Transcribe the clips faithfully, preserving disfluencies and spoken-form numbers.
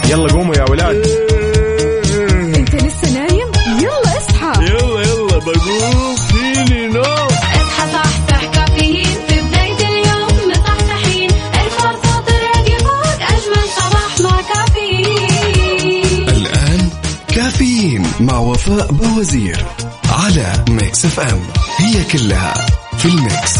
يلا قوموا يا ولاد. انت لسه نايم؟ يلا اصحى. يلا يلا بقوم فيني نوم. اصحى صحصح كافيين في بداية اليوم مصحصحين. الفرصة تراقي فوق أجمل صباح مع كافيين. الآن كافيين مع وفاء بوزير على ميكس اف ام. هي كلها في الميكس.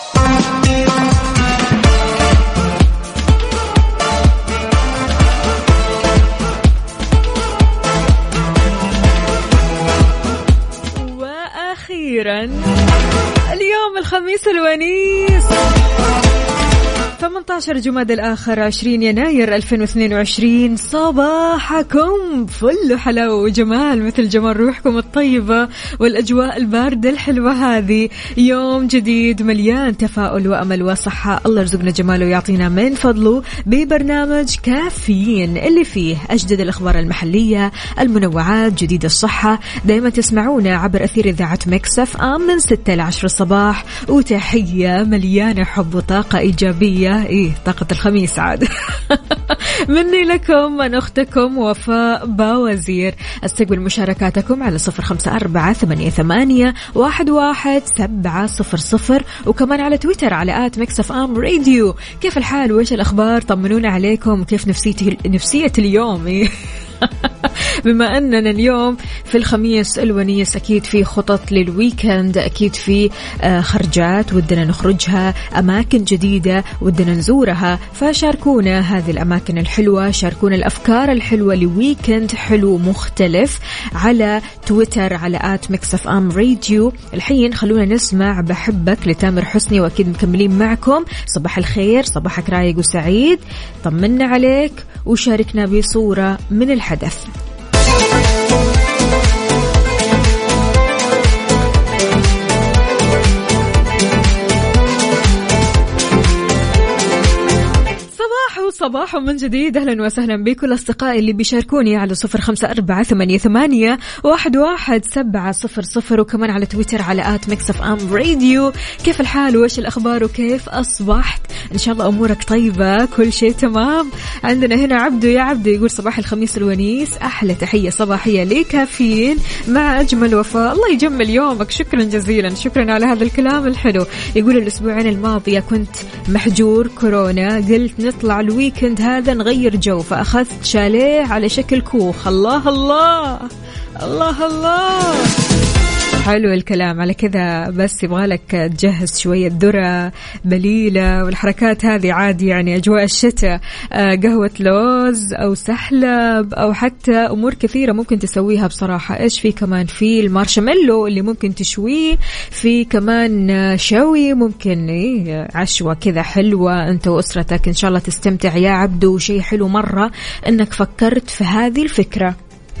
أخيرا اليوم الخميس الونيس ثمانية عشر جماد الآخر عشرين يناير ألفين واثنين وعشرين. صباحكم فل حلاوة وجمال مثل جمال روحكم الطيبة والأجواء الباردة الحلوة هذه. يوم جديد مليان تفاؤل وأمل وصحة. الله يرزقنا جماله ويعطينا من فضله ببرنامج كافيين اللي فيه أجدد الأخبار المحلية، المنوعات، جديد الصحة. دايما تسمعونا عبر أثير إذاعة ميكس اف ام من ستة إلى عشرة الصباح. وتحية مليانة حب وطاقة إيجابية، إيه طاقة الخميس عاد. مني لكم من أختكم وفاء باوزير. استقبل مشاركاتكم على صفر خمسة أربعة ثمانية ثمانية واحد واحد سبعة صفر صفر، وكمان على تويتر على آت ميكس اف ام راديو. كيف الحال وإيش الأخبار؟ طمنونا عليكم كيف نفسيتي نفسية اليوم. بما أننا اليوم في الخميس الونيس أكيد في خطط للويكند، أكيد في خرجات ودنا نخرجها، أماكن جديدة ودنا نزورها. فشاركونا هذه الأماكن الحلوة، شاركونا الأفكار الحلوة لويكند حلو مختلف على تويتر على آت ميكس اف ام راديو. الحين خلونا نسمع بحبك لتامر حسني، وأكيد مكملين معكم. صباح الخير، صباحك رايق وسعيد، طمنا عليك وشاركنا بصورة من الحدث. صباح من جديد، أهلا وسهلا بكل أصدقائي اللي بيشاركوني على صفر خمسة أربعة ثمانية ثمانية واحد واحد سبعة صفر صفر، وكمان على تويتر على آت ميكس اف ام راديو. كيف الحال وإيش الأخبار وكيف أصبحت؟ إن شاء الله أمورك طيبة، كل شيء تمام. عندنا هنا عبدو، يا عبدو يقول صباح الخميس الونيس، أحلى تحية صباحية لكافيين مع أجمل وفاء. الله يجمل يومك، شكرا جزيلا، شكرا على هذا الكلام الحلو. يقول الأسبوعين الماضية كنت محجور كورونا، قلت نطلع الويكند هذا نغير جو، فأخذت شاليه على شكل كوخ. الله الله الله الله، حلو الكلام. على كذا بس يبغالك تجهز شوية ذرة بليلة والحركات هذه عادي، يعني أجواء الشتاء، قهوة لوز أو سحلب أو حتى أمور كثيرة ممكن تسويها بصراحة. إيش في كمان؟ في المارشميلو اللي ممكن تشويه، في كمان شوي ممكن إيه عشوة كذا حلوة أنت وأسرتك. إن شاء الله تستمتع يا عبدو، شيء حلو مرة أنك فكرت في هذه الفكرة.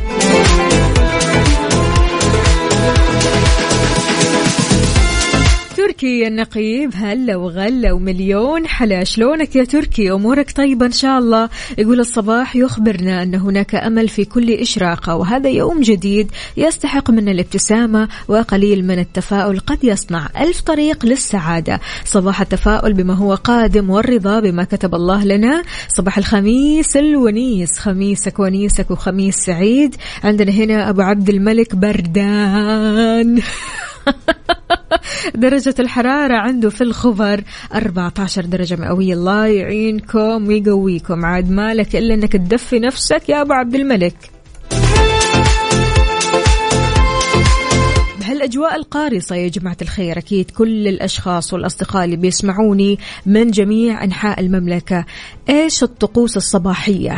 تركي النقيب، هلا وغلا ومليون حلا، شلونك يا تركي؟ أمورك طيبة إن شاء الله. يقول الصباح يخبرنا أن هناك أمل في كل إشراقة، وهذا يوم جديد يستحق منا الابتسامة وقليل من التفاؤل قد يصنع ألف طريق للسعادة. صباح التفاؤل بما هو قادم والرضا بما كتب الله لنا. صباح الخميس الونيس، خميسك ونيسك وخميس سعيد. عندنا هنا أبو عبد الملك بردان. درجة الحرارة عنده في الخبر أربعة عشر درجة مئوية. الله يعينكم ويقويكم، عاد مالك إلا أنك تدفي نفسك يا أبو عبد الملك. بهالأجواء القارصة يا جماعة الخير، أكيد كل الأشخاص والأصدقاء اللي بيسمعوني من جميع أنحاء المملكة، إيش الطقوس الصباحية؟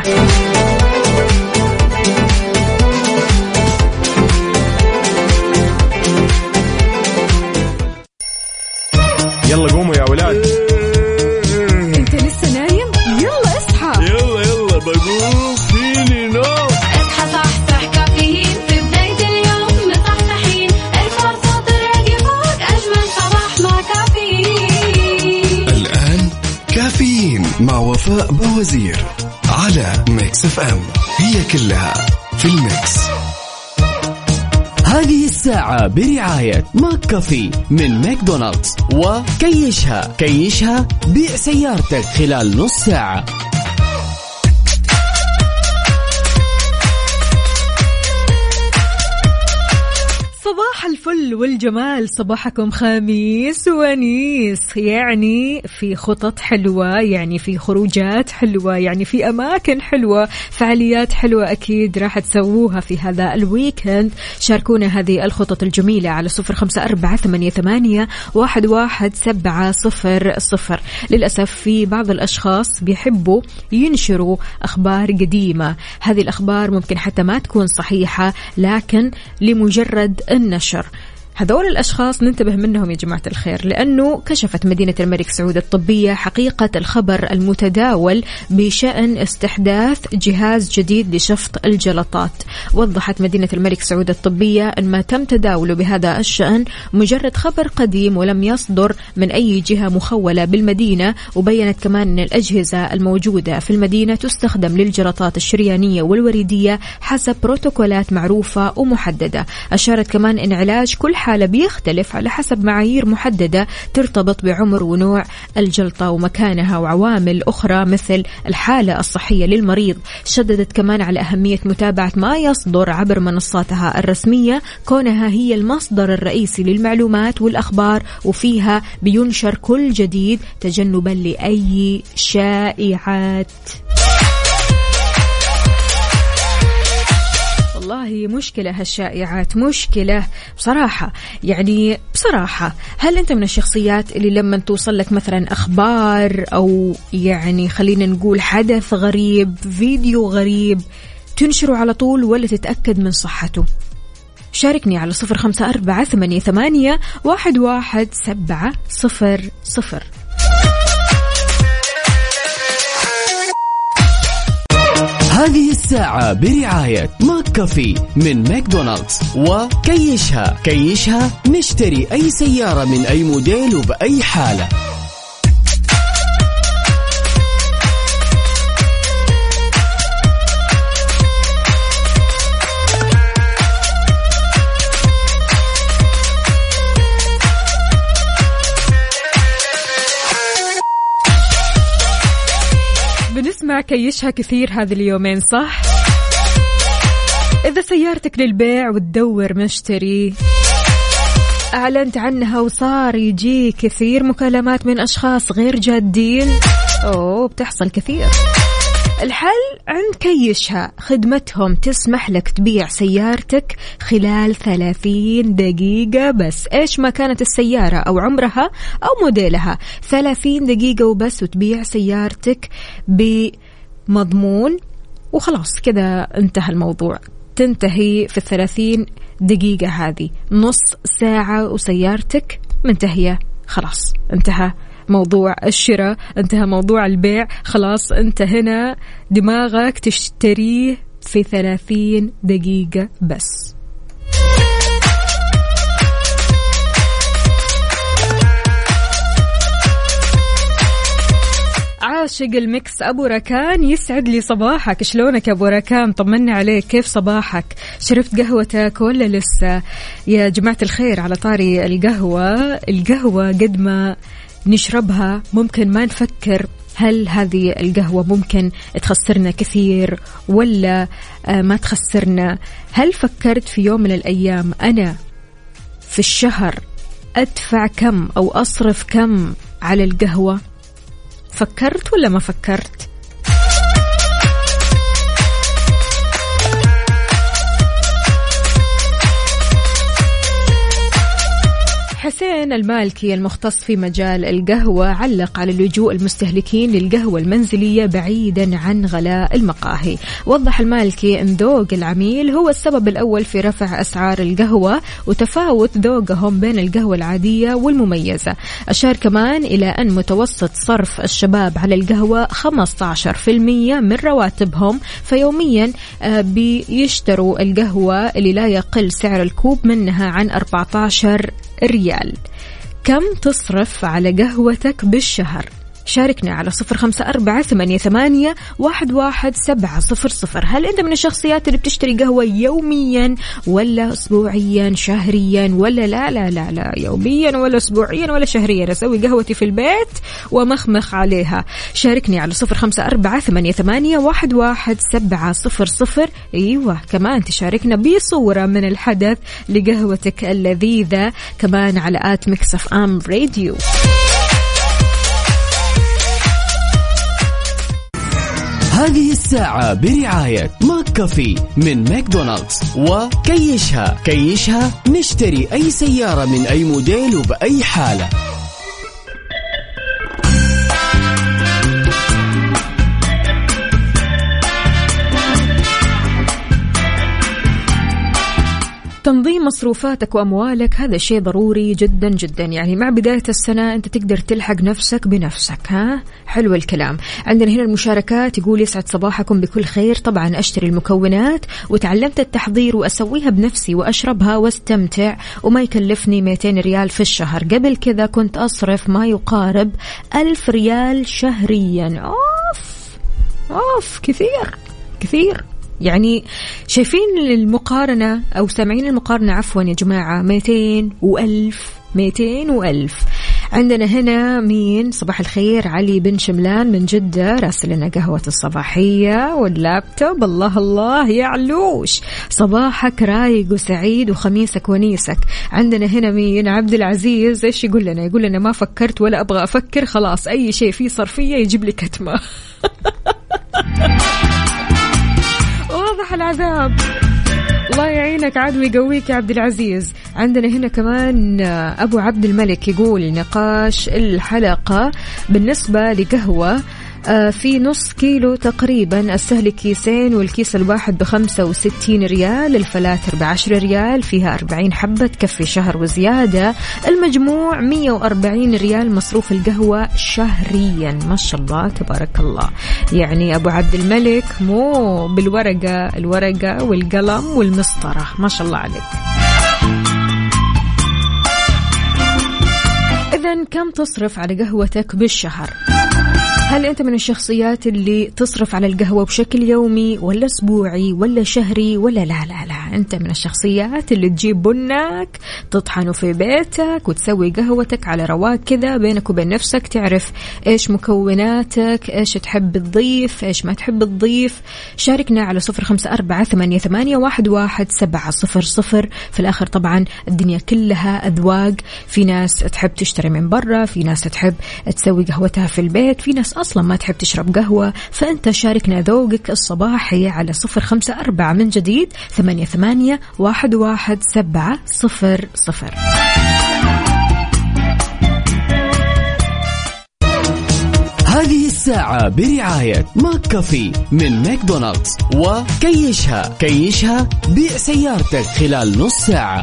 يلا قوموا يا ولاد. انت لسه نايم؟ يلا اصحى. يلا يلا بقوم فيني نوم. اصحى صحصح كافيين في بداية اليوم مصحصحين. الفرصة تراقي فوق أجمل صباح مع كافيين. الآن كافيين مع وفاء بوزير على ميكس اف ام. هي كلها في الميكس. هذه الساعة برعاية ماك كافي من ماكدونالدز وكيشها. كيشها بيع سيارتك خلال نص ساعة. صباح الفل والجمال، صباحكم خميس ونيس، يعني في خطط حلوة، يعني في خروجات حلوة، يعني في أماكن حلوة، فعاليات حلوة أكيد راح تسووها في هذا الويكند. شاركونا هذه الخطط الجميلة على صفر خمسة أربعة ثمانية ثمانية واحد واحد سبعة صفر صفر. للأسف في بعض الأشخاص بيحبوا ينشروا أخبار قديمة، هذه الأخبار ممكن حتى ما تكون صحيحة لكن لمجرد النشر. هذول الأشخاص ننتبه منهم يا جماعة الخير، لأنه كشفت مدينة الملك سعود الطبية حقيقة الخبر المتداول بشأن استحداث جهاز جديد لشفط الجلطات. وضحت مدينة الملك سعود الطبية أن ما تم تداوله بهذا الشأن مجرد خبر قديم ولم يصدر من أي جهة مخولة بالمدينة. وبينت كمان أن الأجهزة الموجودة في المدينة تستخدم للجلطات الشريانية والوريدية حسب بروتوكولات معروفة ومحددة. أشارت كمان أن علاج كل حالة بيختلف على حسب معايير محددة ترتبط بعمر ونوع الجلطة ومكانها وعوامل أخرى مثل الحالة الصحية للمريض. شددت كمان على أهمية متابعة ما يصدر عبر منصاتها الرسمية، كونها هي المصدر الرئيسي للمعلومات والأخبار وفيها بينشر كل جديد تجنبا لأي شائعات. والله مشكلة هالشائعات، مشكلة بصراحة. يعني بصراحة هل أنت من الشخصيات اللي لما توصل لك مثلا أخبار أو يعني خلينا نقول حدث غريب، فيديو غريب، تنشره على طول ولا تتأكد من صحته؟ شاركني على صفر خمسة أربعة ثمانية ثمانية واحد واحد سبعة صفر صفر. هذه الساعة برعاية ماك كافي من ماكدونالدز وكيشها. كيشها نشتري أي سيارة من أي موديل وبأي حالة. بنسمع كيشها كثير هذه اليومين صح؟ إذا سيارتك للبيع وتدور مشتري، أعلنت عنها وصار يجي كثير مكالمات من أشخاص غير جادين، أوه بتحصل كثير. الحل عند كيشها، خدمتهم تسمح لك تبيع سيارتك خلال ثلاثين دقيقة بس، إيش ما كانت السيارة أو عمرها أو موديلها، ثلاثين دقيقة وبس وتبيع سيارتك بمضمون وخلاص كذا انتهى الموضوع. تنتهي في الثلاثين دقيقة هذه، نص ساعة وسيارتك منتهية، خلاص انتهى موضوع الشراء، انتهى موضوع البيع، خلاص انت هنا دماغك تشتريه في ثلاثين دقيقة بس. عاشق الميكس أبو ركان، يسعد لي صباحك، شلونك أبو ركان؟ طمنا عليك، كيف صباحك؟ شربت قهوتك ولا لسه؟ يا جماعة الخير، على طاري القهوة، القهوة قد ما نشربها ممكن ما نفكر هل هذه القهوة ممكن تخسرنا كثير ولا ما تخسرنا. هل فكرت في يوم من الأيام أنا في الشهر أدفع كم أو أصرف كم على القهوة؟ فكرت ولا ما فكرت؟ حسين المالكي المختص في مجال القهوة علق على لجوء المستهلكين للقهوة المنزلية بعيدا عن غلاء المقاهي. وضح المالكي أن ذوق العميل هو السبب الأول في رفع أسعار القهوة وتفاوت ذوقهم بين القهوة العادية والمميزة. أشار كمان إلى أن متوسط صرف الشباب على القهوة خمسة عشر بالمئة من رواتبهم، فيوميا بيشتروا القهوة اللي لا يقل سعر الكوب منها عن أربعة عشر ريال. كم تصرف على قهوتك بالشهر؟ شاركنا على صفر خمسة أربعة ثمانية ثمانية واحد واحد سبعة صفر صفر. هل أنت من الشخصيات اللي بتشتري قهوة يوميا ولا أسبوعيا شهريا ولا لا لا لا لا يوميا ولا أسبوعيا ولا شهريا؟ أسوي قهوتي في البيت ومخمخ عليها. شاركني على صفر خمسة أربعة ثمانية ثمانية واحد واحد سبعة صفر صفر. أيوة كمان تشاركنا بصورة من الحدث لقهوتك اللذيذة كمان على آت ميكس اف ام راديو. هذه الساعة برعاية ماك كافي من ماكدونالدز وكيشها. كيشها نشتري أي سيارة من أي موديل وبأي حالة. تنظيم مصروفاتك وأموالك هذا شيء ضروري جدا جدا. يعني مع بداية السنة أنت تقدر تلحق نفسك بنفسك. ها حلو الكلام. عندنا هنا المشاركات يقول يسعد صباحكم بكل خير. طبعا أشتري المكونات وتعلمت التحضير وأسويها بنفسي وأشربها واستمتع وما يكلفني مئتين ريال في الشهر. قبل كذا كنت أصرف ما يقارب ألف ريال شهريا. أوف أوف كثير كثير. يعني شايفين المقارنة أو سامعين المقارنة عفوا يا جماعة. مئتين وألف مئتين وألف. عندنا هنا مين؟ صباح الخير علي بن شملان من جدة راسل لنا قهوة الصباحية واللابتوب. الله الله يا علوش صباحك رايق وسعيد وخميسك ونيسك. عندنا هنا مين؟ عبد العزيز. ايش يقول لنا؟ يقول لنا ما فكرت ولا أبغى أفكر خلاص أي شيء فيه صرفية يجيب لي كتمة. واضح العذاب. الله يعينك عاد ويقويك يا عبد العزيز. عندنا هنا كمان أبو عبد الملك يقول نقاش الحلقة بالنسبة لقهوة في نص كيلو تقريبا السهل كيسين والكيس الواحد بخمسة وستين ريال. الفلاتر بعشر ريال فيها أربعين حبة تكفي شهر وزيادة. المجموع مية وأربعين ريال مصروف القهوة شهريا. ما شاء الله تبارك الله. يعني أبو عبد الملك مو بالورقة الورقة والقلم والمسطرة. ما شاء الله عليك. إذن كم تصرف على قهوتك بالشهر؟ هل أنت من الشخصيات اللي تصرف على القهوة بشكل يومي ولا أسبوعي ولا شهري ولا لا لا لا أنت من الشخصيات اللي تجيب بنك تطحنه في بيتك وتسوي قهوتك على رواق كذا بينك وبين نفسك تعرف إيش مكوناتك إيش تحب تضيف إيش ما تحب تضيف؟ شاركنا على صفر خمسة أربعة ثمانية ثمانية واحد واحد سبعة صفر صفر. في الآخر طبعا الدنيا كلها أذواق. في ناس تحب تشتري من برا في ناس تحب تسوي قهوتها في البيت في ناس أصلا ما تحب تشرب قهوة. فأنت شاركنا ذوقك الصباحي على صفر خمسة أربعة من جديد ثمانية ثمانية واحد واحد سبعة صفر صفر. هذه الساعة برعاية ماك كافي من ماكدونالدز وكيشها. كيشها بيع سيارتك خلال نص ساعة.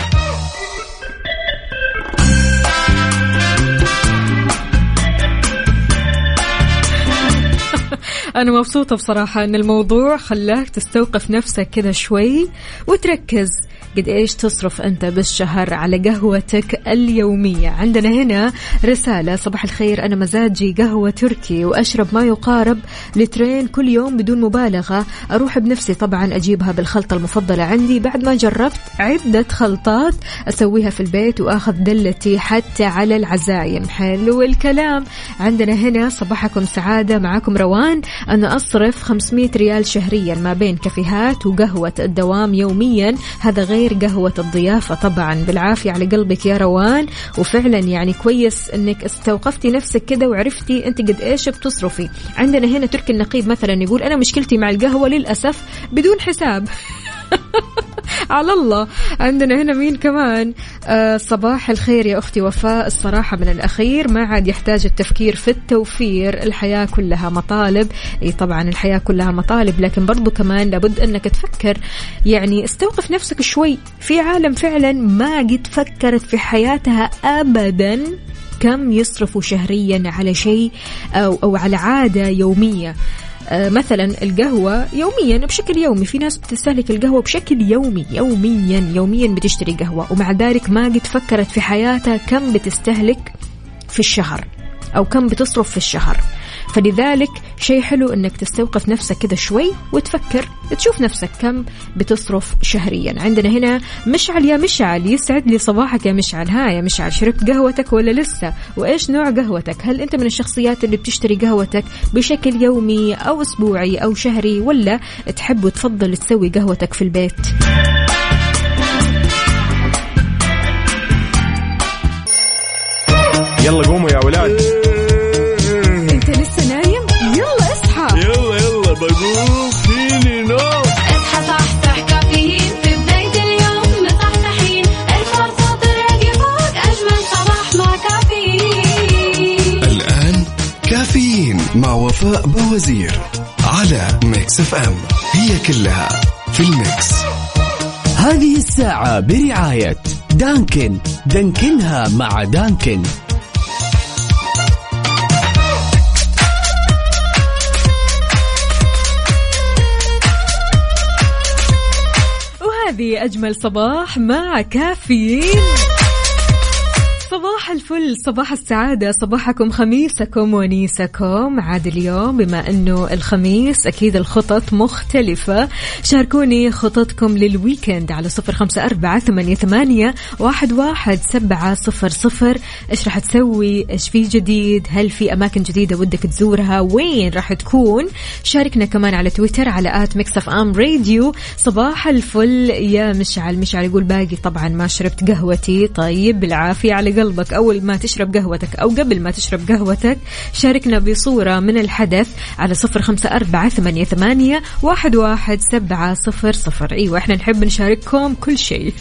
أنا مبسوطة بصراحة أن الموضوع خلاك تستوقف نفسك كذا شوي وتركز قد إيش تصرف أنت بالشهر على قهوتك اليومية. عندنا هنا رسالة صباح الخير أنا مزاجي قهوة تركي وأشرب ما يقارب لترين كل يوم بدون مبالغة. أروح بنفسي طبعا أجيبها بالخلطة المفضلة عندي بعد ما جربت عدة خلطات أسويها في البيت وأخذ دلتي حتى على العزايم. حلو الكلام. عندنا هنا صباحكم سعادة معاكم روان. أنا أصرف خمسمية ريال شهريا ما بين كافيهات وقهوة الدوام يوميا. هذا غير قهوة الضيافة طبعا. بالعافية على قلبك يا روان. وفعلا يعني كويس أنك استوقفتي نفسك كده وعرفتي أنت قد إيش بتصرفي. عندنا هنا تركي النقيب مثلا يقول أنا مشكلتي مع القهوة للأسف بدون حساب. على الله. عندنا هنا مين كمان؟ آه صباح الخير يا أختي وفاء. الصراحة من الأخير ما عاد يحتاج التفكير في التوفير. الحياة كلها مطالب. أي طبعا الحياة كلها مطالب لكن برضو كمان لابد أنك تفكر. يعني استوقف نفسك شوي في عالم فعلا ما قد فكرت في حياتها أبدا كم يصرفوا شهريا على شيء أو, أو على عادة يومية. مثلا القهوة يوميا بشكل يومي في ناس بتستهلك القهوة بشكل يومي يوميا يوميا بتشتري قهوة ومع ذلك ما قد فكرت في حياتها كم بتستهلك في الشهر. أو كم بتصرف في الشهر. فلذلك شيء حلو أنك تستوقف نفسك كذا شوي وتفكر تشوف نفسك كم بتصرف شهريا. عندنا هنا مشعل. يا مشعل يسعد لي صباحك يا مشعل. ها يا مشعل، شربت قهوتك ولا لسه؟ وإيش نوع قهوتك؟ هل أنت من الشخصيات اللي بتشتري قهوتك بشكل يومي أو أسبوعي أو شهري، ولا تحب وتفضل تسوي قهوتك في البيت؟ يلا قوموا يا ولاد. انت لسه نايم؟ يلا اصحى. يلا يلا بقوم فيني نوم. اصحى صحصح كافيين في بداية اليوم مصحصحين، الفرصة تراقي فوق أجمل صباح مع كافيين. الآن كافيين مع وفاء بوزير على ميكس اف ام، هي كلها في الميكس. هذه الساعة برعاية دانكن. دانكنها مع دانكن. وهذه أجمل صباح مع كافيين. صباح الفل، صباح السعادة، صباحكم خميسكم ونيسكم. عاد اليوم بما أنه الخميس أكيد الخطط مختلفة. شاركوني خططكم للويكند على صفر خمسة أربعة ثمانية ثمانية واحد واحد سبعة صفر صفر. إيش راح تسوي؟ إيش في جديد؟ هل في أماكن جديدة ودك تزورها؟ وين راح تكون؟ شاركنا كمان على تويتر على آت ميكس أف أم راديو. صباح الفل يا مشعل. مشعل يقول باقي طبعا ما شربت قهوتي. طيب بالعافية على قلبك. أول ما تشرب قهوتك أو قبل ما تشرب قهوتك شاركنا بصورة من الحدث على صفر خمسة أربعة ثمانية ثمانية واحد واحد سبعة صفر صفر. أيوة إحنا نحب نشارككم كل شيء.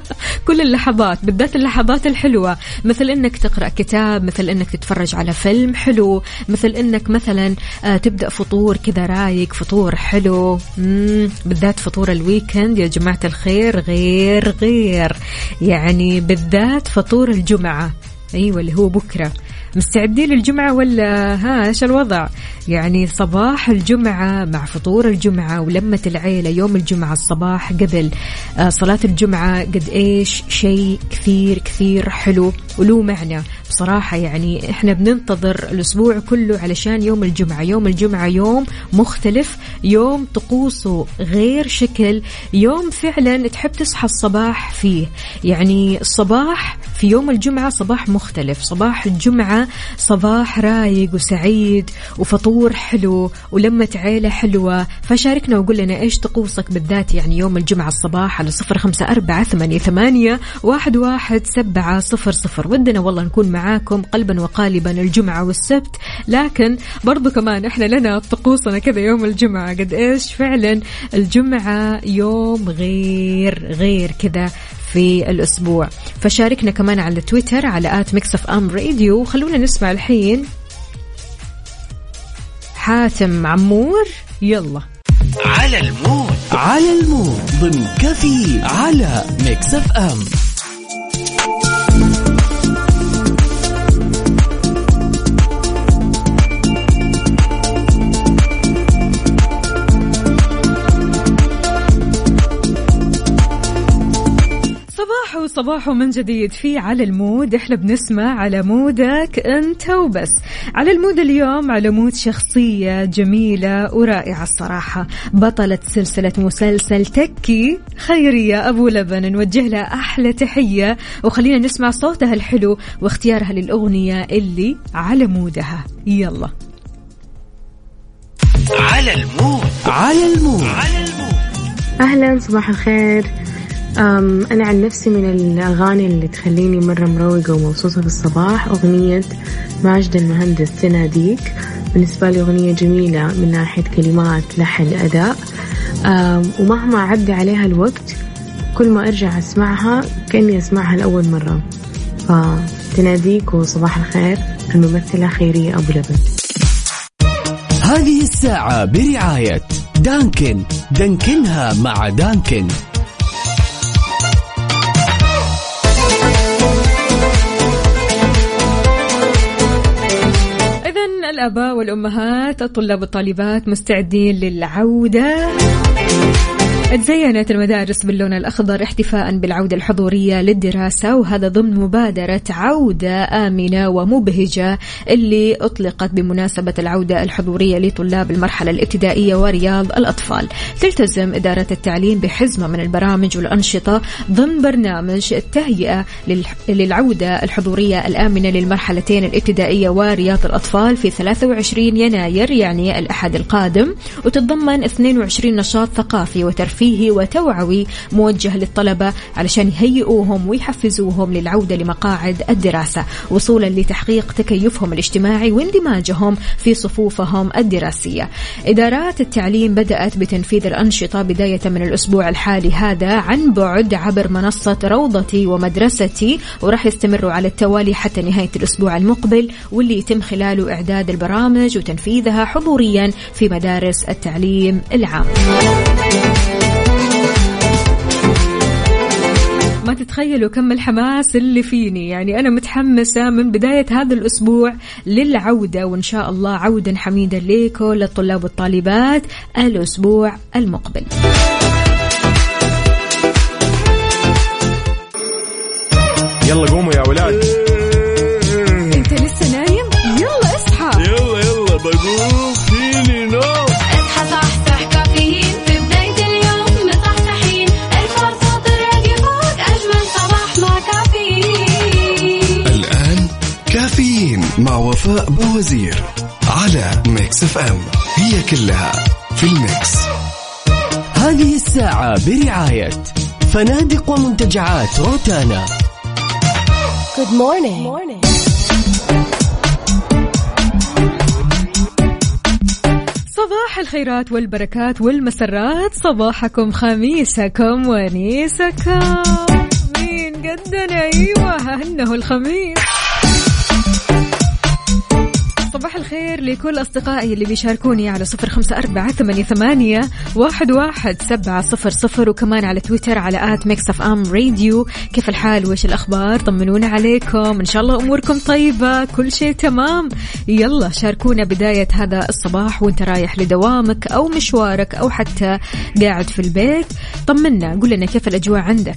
كل اللحظات، بالذات اللحظات الحلوة، مثل إنك تقرأ كتاب، مثل إنك تتفرج على فيلم حلو، مثل إنك مثلا تبدأ فطور كذا رايق، فطور حلو. بالذات فطور الويكند يا جماعة الخير غير غير يعني، بالذات فطور الجمعة. أيوة اللي هو بكرة. مستعدين للجمعة ولا ها إيش الوضع؟ يعني صباح الجمعة مع فطور الجمعة ولمة العيلة يوم الجمعة الصباح قبل صلاة الجمعة، قد إيش شيء كثير كثير حلو وله معنى بصراحة. يعني إحنا بننتظر الأسبوع كله علشان يوم الجمعة. يوم الجمعة يوم مختلف، يوم طقوسه غير شكل، يوم فعلا تحب تصحى الصباح فيه. يعني الصباح في يوم الجمعة صباح مختلف. صباح الجمعة صباح رايق وسعيد وفطور حلو ولمة عيلة حلوة. فشاركنا وقول لنا إيش طقوسك بالذات يعني يوم الجمعة الصباح على صفر خمسة أربعة ثمانية ثمانية واحد واحد سبعة صفر صفر. ودنا والله نكون معاكم قلبا وقالبا الجمعة والسبت، لكن برضو كمان إحنا لنا طقوسنا كذا يوم الجمعة. قد إيش فعلا الجمعة يوم غير غير كذا في الأسبوع. فشاركنا كمان على تويتر على آت ميكس أف أم راديو. خلونا نسمع الحين حاتم عمور. يلا على المود. على المود ضمن كافي على ميكس أف أم. صباح من جديد في على المود. احنا بنسمع على مودك انت وبس. على المود اليوم على مود شخصية جميلة ورائعة الصراحة، بطلة سلسلة مسلسل تكي، خيرية أبو لبن. نوجه لها أحلى تحية وخلينا نسمع صوتها الحلو واختيارها للأغنية اللي على مودها. يلا على المود. على المود. على المود. أهلا صباح الخير. أم أنا عن نفسي من الأغاني اللي تخليني مرة مروقة ومبسوطة في الصباح أغنية ماجد المهندس تناديك. بالنسبة لي أغنية جميلة من ناحية كلمات لحن أداء، ومهما عدى عليها الوقت كل ما أرجع أسمعها كأني أسمعها لأول مرة. فتناديك وصباح الخير الممثلة خيرية أبو لبن. هذه الساعة برعاية دانكن. دانكنها مع دانكن. الآباء والأمهات، الطلاب والطالبات مستعدين للعودة تزينت المدارس باللون الأخضر احتفاء بالعودة الحضورية للدراسة، وهذا ضمن مبادرة عودة آمنة ومبهجة اللي أطلقت بمناسبة العودة الحضورية لطلاب المرحلة الابتدائية ورياض الأطفال. تلتزم إدارة التعليم بحزمة من البرامج والأنشطة ضمن برنامج التهيئة للعودة الحضورية الآمنة للمرحلتين الابتدائية ورياض الأطفال في ثلاثة وعشرين يناير يعني الأحد القادم، وتتضمن اثنين وعشرين نشاط ثقافي وترفيهي فيه وتوعوي موجه للطلبة علشان يهيئوهم ويحفزوهم للعودة لمقاعد الدراسة وصولا لتحقيق تكيفهم الاجتماعي واندماجهم في صفوفهم الدراسية. إدارات التعليم بدأت بتنفيذ الأنشطة بداية من الأسبوع الحالي هذا عن بعد عبر منصة روضتي ومدرستي، وراح يستمروا على التوالي حتى نهاية الأسبوع المقبل، واللي يتم خلاله إعداد البرامج وتنفيذها حضوريا في مدارس التعليم العام. ما تتخيلوا كم الحماس اللي فيني، يعني أنا متحمسة من بداية هذا الأسبوع للعودة، وإن شاء الله عودة حميدة ليكو للطلاب والطالبات الأسبوع المقبل. يلا قوموا يا ولاد. أنت لسه نايم؟ يلا اصحى. يلا يلا بقوم فيني نوم. اصحى صحصح كافيين في بداية اليوم مصحصحين، الفرصة تراقي فوق أجمل صباح مع كافيين. الآن كافيين مع وفاء بوزير على ميكس اف ام، هي كلها في الميكس. هذه الساعة برعاية فنادق ومنتجعات روتانا. Good morning. Good morning. صباح الخيرات والبركات والمسرات، صباحكم خميسكم ونيسكم. مين قدنا؟ أيوة إنه الخميس. صباح الخير لكل أصدقائي اللي بيشاركوني على صفر خمسة أربعة ثمانية ثمانية واحد واحد سبعة صفر صفر، وكمان على تويتر على آت ميكس أف أم راديو. كيف الحال وإيش الأخبار؟ طمنونا عليكم، إن شاء الله أموركم طيبة، كل شيء تمام. يلا شاركونا بداية هذا الصباح وانت رايح لدوامك أو مشوارك أو حتى قاعد في البيت. طمنا، قول لنا كيف الأجواء عندك.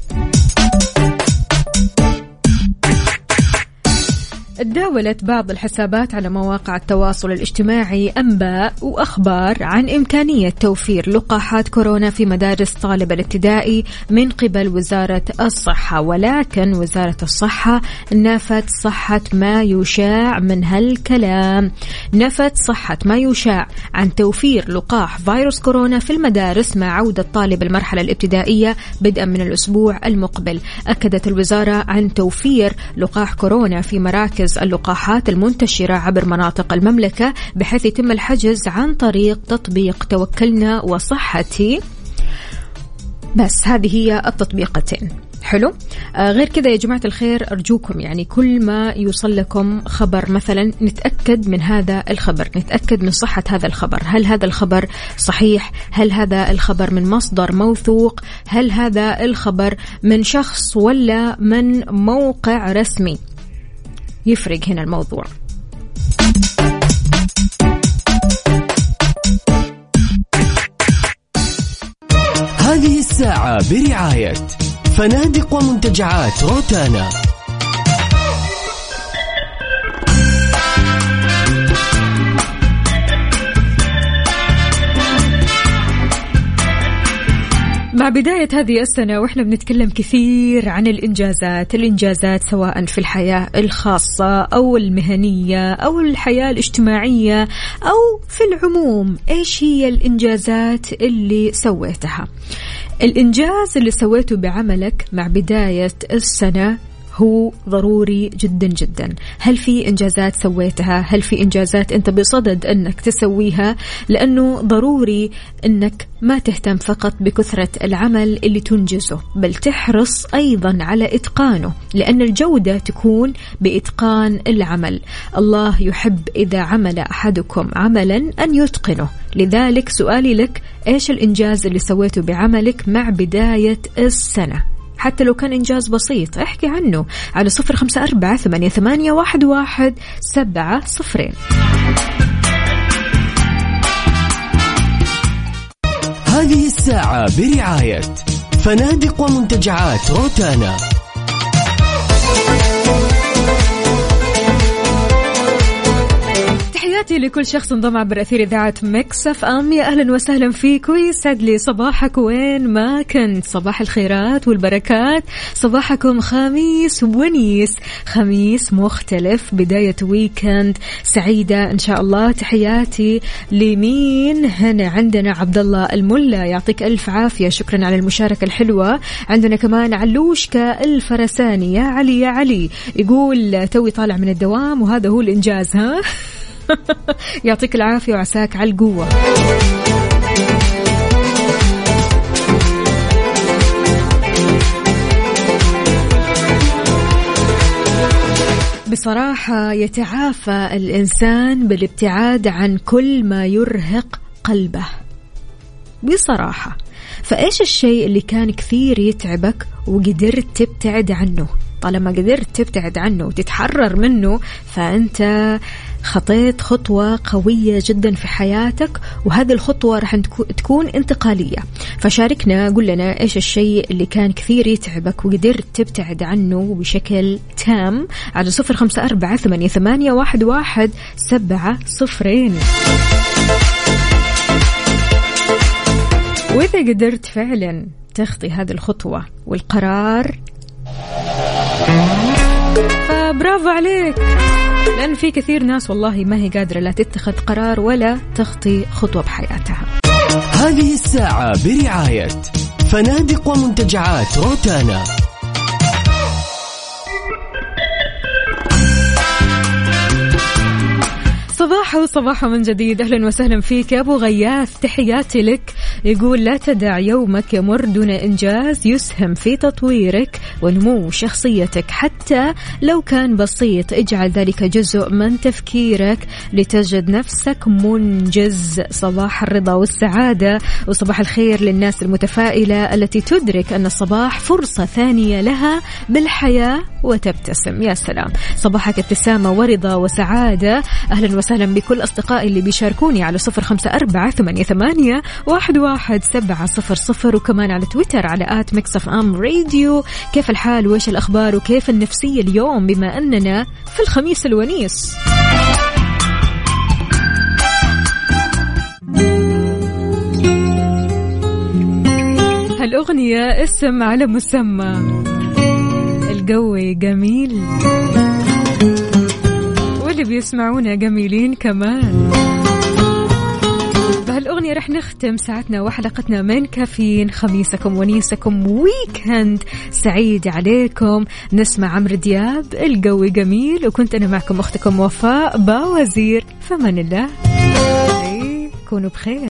تداولت بعض الحسابات على مواقع التواصل الاجتماعي أنباء وأخبار عن إمكانية توفير لقاحات كورونا في مدارس طالب الابتدائي من قبل وزارة الصحة، ولكن وزارة الصحة نفت صحة ما يشاع من هالكلام. نفت صحة ما يشاع عن توفير لقاح فيروس كورونا في المدارس مع عودة طالب المرحلة الابتدائية بدءا من الأسبوع المقبل. أكدت الوزارة عن توفير لقاح كورونا في مراكز اللقاحات المنتشرة عبر مناطق المملكة، بحيث يتم الحجز عن طريق تطبيق توكلنا وصحتي. بس هذه هي التطبيقتين. حلو. آه غير كذا يا جماعة الخير، أرجوكم يعني كل ما يوصل لكم خبر مثلا نتأكد من هذا الخبر، نتأكد من صحة هذا الخبر. هل هذا الخبر صحيح؟ هل هذا الخبر من مصدر موثوق؟ هل هذا الخبر من شخص ولا من موقع رسمي؟ يفرق هنا الموضوع. هذه الساعة برعاية فنادق ومنتجعات روتانا. مع بداية هذه السنة وإحنا بنتكلم كثير عن الإنجازات الإنجازات سواء في الحياة الخاصة أو المهنية أو الحياة الاجتماعية أو في العموم. إيش هي الإنجازات اللي سويتها؟ الإنجاز اللي سويته بعملك مع بداية السنة هو ضروري جدا جدا. هل في إنجازات سويتها؟ هل في إنجازات أنت بصدد أنك تسويها؟ لأنه ضروري أنك ما تهتم فقط بكثرة العمل اللي تنجزه، بل تحرص أيضا على إتقانه، لأن الجودة تكون بإتقان العمل. الله يحب إذا عمل أحدكم عملا أن يتقنه. لذلك سؤالي لك، إيش الإنجاز اللي سويته بعملك مع بداية السنة؟ حتى لو كان إنجاز بسيط احكي عنه على صفر خمسة أربعة ثمانية ثمانية واحد واحد سبعة صفرين. هذه الساعة برعاية فنادق ومنتجعات روتانا. تحياتي لكل شخص انضم عبر أثير إذاعة ميكس اف ام. يا أهلا وسهلا فيك ويسعد لي صباحك وين ما كنت. صباح الخيرات والبركات، صباحكم خميس ونيس، خميس مختلف، بداية ويكند سعيدة إن شاء الله. تحياتي لمين هنا؟ عندنا عبد الله الملا، يعطيك ألف عافية، شكرا على المشاركة الحلوة. عندنا كمان علوشكا الفرساني، يا علي يا علي، يقول توي طالع من الدوام وهذا هو الإنجاز. ها يعطيك العافية وعساك على القوة. بصراحة يتعافى الإنسان بالابتعاد عن كل ما يرهق قلبه بصراحة. فإيش الشيء اللي كان كثير يتعبك وقدرت تبتعد عنه؟ طالما قدرت تبتعد عنه وتتحرر منه فأنت خطيت خطوة قوية جدا في حياتك، وهذه الخطوة راح تكون انتقالية. فشاركنا، قل لنا إيش الشيء اللي كان كثير يتعبك وقدرت تبتعد عنه بشكل تام على صفر خمسة أربعة ثمانية ثمانية واحد واحد سبعة صفرين. وإذا قدرت فعلا تخطي هذه الخطوة والقرار، فبرافو عليك، لأن في كثير ناس والله ما هي قادرة لا تتخذ قرار ولا تخطي خطوة بحياتها. هذه الساعة برعاية فنادق ومنتجعات روتانا. صباح وصباح من جديد، أهلا وسهلا فيك أبو غياث، تحياتي لك. يقول لا تدع يومك يمر دون إنجاز يسهم في تطويرك ونمو شخصيتك حتى لو كان بسيط. اجعل ذلك جزء من تفكيرك لتجد نفسك منجز. صباح الرضا والسعادة وصباح الخير للناس المتفائلة التي تدرك أن الصباح فرصة ثانية لها بالحياة وتبتسم. يا سلام، صباحك ابتسامة ورضا وسعادة. أهلا وسهلا بكل أصدقائي اللي بيشاركوني على صفر خمسة أربعة ثمانية ثمانية واحد واحد سبعة صفر صفر، وكمان على تويتر على آت ميكس أف أم راديو. كيف الحال وإيش الأخبار وكيف النفسية اليوم بما أننا في الخميس الونيس؟ هالأغنية اسم على مسمى، الجو جميل واللي بيسمعونا جميلين كمان. بهالأغنية رح نختم ساعتنا وحلقتنا من كافيين. خميسكم ونيسكم ويكند سعيد عليكم. نسمع عمرو دياب، الجو جميل، وكنت أنا معكم أختكم وفاء باوزير. فمن الله، كونوا بخير.